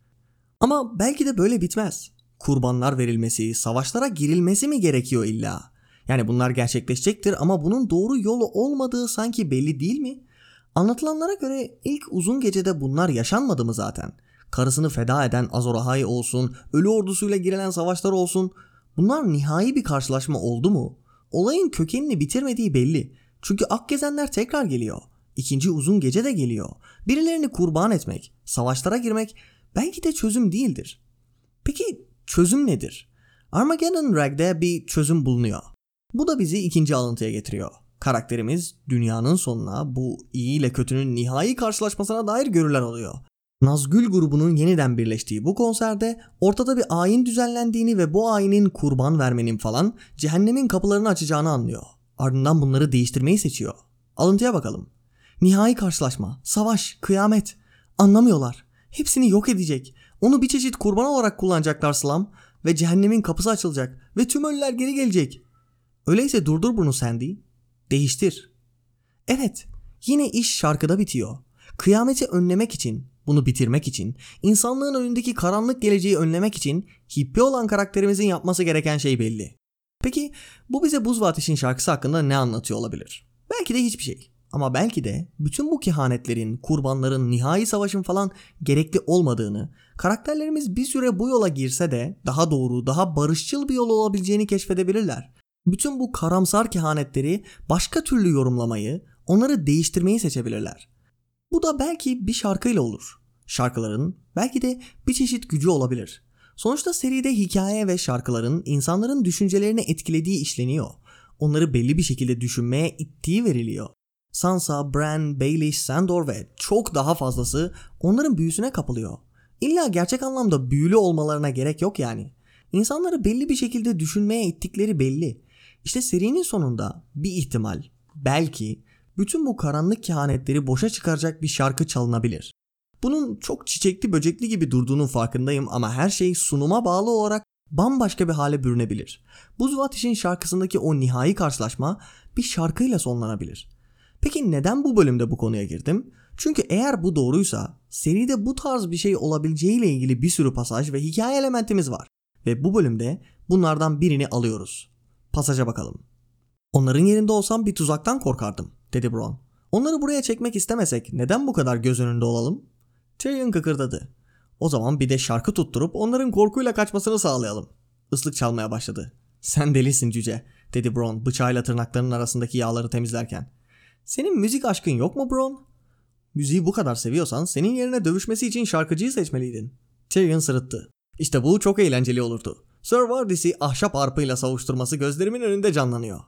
Ama belki de böyle bitmez. Kurbanlar verilmesi, savaşlara girilmesi mi gerekiyor illa? Yani bunlar gerçekleşecektir ama bunun doğru yolu olmadığı sanki belli değil mi? Anlatılanlara göre ilk uzun gecede bunlar yaşanmadı mı zaten? Karısını feda eden Azor Ahai olsun, ölü ordusuyla girilen savaşlar olsun. Bunlar nihai bir karşılaşma oldu mu? Olayın kökenini bitirmediği belli. Çünkü Akgezenler tekrar geliyor. İkinci uzun gece de geliyor. Birilerini kurban etmek, savaşlara girmek belki de çözüm değildir. Peki çözüm nedir? Armageddon Rag'de bir çözüm bulunuyor. Bu da bizi ikinci alıntıya getiriyor. Karakterimiz dünyanın sonuna, bu iyi ile kötünün nihai karşılaşmasına dair görüler alıyor. Nazgül grubunun yeniden birleştiği bu konserde ortada bir ayin düzenlendiğini ve bu ayinin kurban vermenin falan cehennemin kapılarını açacağını anlıyor. Ardından bunları değiştirmeyi seçiyor. Alıntıya bakalım. Nihai karşılaşma, savaş, kıyamet. Anlamıyorlar. Hepsini yok edecek. Onu bir çeşit kurban olarak kullanacaklar Slam ve cehennemin kapısı açılacak ve tüm ölüler geri gelecek. Öyleyse durdur bunu Sandy. Değiştir. Evet, yine iş şarkıda bitiyor. Kıyameti önlemek için, bunu bitirmek için, insanlığın önündeki karanlık geleceği önlemek için hippi olan karakterimizin yapması gereken şey belli. Peki bu bize Buz ve Ateş'in şarkısı hakkında ne anlatıyor olabilir? Belki de hiçbir şey. Ama belki de bütün bu kehanetlerin, kurbanların, nihai savaşın falan gerekli olmadığını, karakterlerimiz bir süre bu yola girse de daha doğru, daha barışçıl bir yol olabileceğini keşfedebilirler. Bütün bu karamsar kehanetleri başka türlü yorumlamayı, onları değiştirmeyi seçebilirler. Bu da belki bir şarkıyla olur. Şarkıların belki de bir çeşit gücü olabilir. Sonuçta seride hikaye ve şarkıların insanların düşüncelerini etkilediği işleniyor. Onları belli bir şekilde düşünmeye ittiği veriliyor. Sansa, Bran, Baelish, Sandor ve çok daha fazlası onların büyüsüne kapılıyor. İlla gerçek anlamda büyülü olmalarına gerek yok yani. İnsanları belli bir şekilde düşünmeye ittikleri belli. İşte serinin sonunda bir ihtimal, belki bütün bu karanlık kehanetleri boşa çıkaracak bir şarkı çalınabilir. Bunun çok çiçekli böcekli gibi durduğunun farkındayım ama her şey sunuma bağlı olarak bambaşka bir hale bürünebilir. Buz ve Ateş'in şarkısındaki o nihai karşılaşma bir şarkıyla sonlanabilir. Peki neden bu bölümde bu konuya girdim? Çünkü eğer bu doğruysa seride bu tarz bir şey olabileceğiyle ilgili bir sürü pasaj ve hikaye elementimiz var. Ve bu bölümde bunlardan birini alıyoruz. Pasaja bakalım. Onların yerinde olsam bir tuzaktan korkardım, dedi Bronn. Onları buraya çekmek istemesek neden bu kadar göz önünde olalım? Tyrion kıkırdadı. O zaman bir de şarkı tutturup onların korkuyla kaçmasını sağlayalım. Islık çalmaya başladı. Sen delisin cüce, dedi Bronn bıçağıyla tırnaklarının arasındaki yağları temizlerken. Senin müzik aşkın yok mu Bronn? Müziği bu kadar seviyorsan senin yerine dövüşmesi için şarkıcıyı seçmeliydin. Tyrion sırıttı. İşte bu çok eğlenceli olurdu. Sir Vardis'i ahşap arpıyla savuşturması gözlerimin önünde canlanıyor.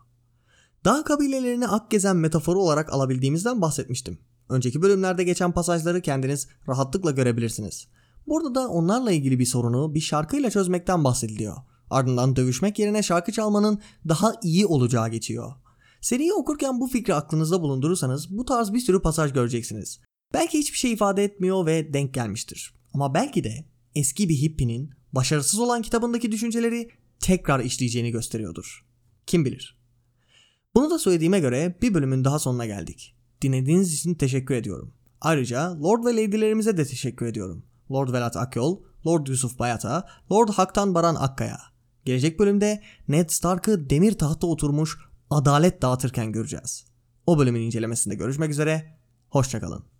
Dağ kabilelerini Akgezen metaforu olarak alabildiğimizden bahsetmiştim. Önceki bölümlerde geçen pasajları kendiniz rahatlıkla görebilirsiniz. Burada da onlarla ilgili bir sorunu bir şarkıyla çözmekten bahsediliyor. Ardından dövüşmek yerine şarkı çalmanın daha iyi olacağı geçiyor. Seriyi okurken bu fikri aklınızda bulundurursanız bu tarz bir sürü pasaj göreceksiniz. Belki hiçbir şey ifade etmiyor ve denk gelmiştir. Ama belki de eski bir hippinin başarısız olan kitabındaki düşünceleri tekrar işleyeceğini gösteriyordur. Kim bilir? Bunu da söylediğime göre bir bölümün daha sonuna geldik. Dinlediğiniz için teşekkür ediyorum. Ayrıca Lord ve Lady'lerimize de teşekkür ediyorum. Lord Velat Akyol, Lord Yusuf Bayata, Lord Haktan Baran Akkaya. Gelecek bölümde Ned Stark'ı demir tahta oturmuş adalet dağıtırken göreceğiz. O bölümün incelemesinde görüşmek üzere, hoşça kalın.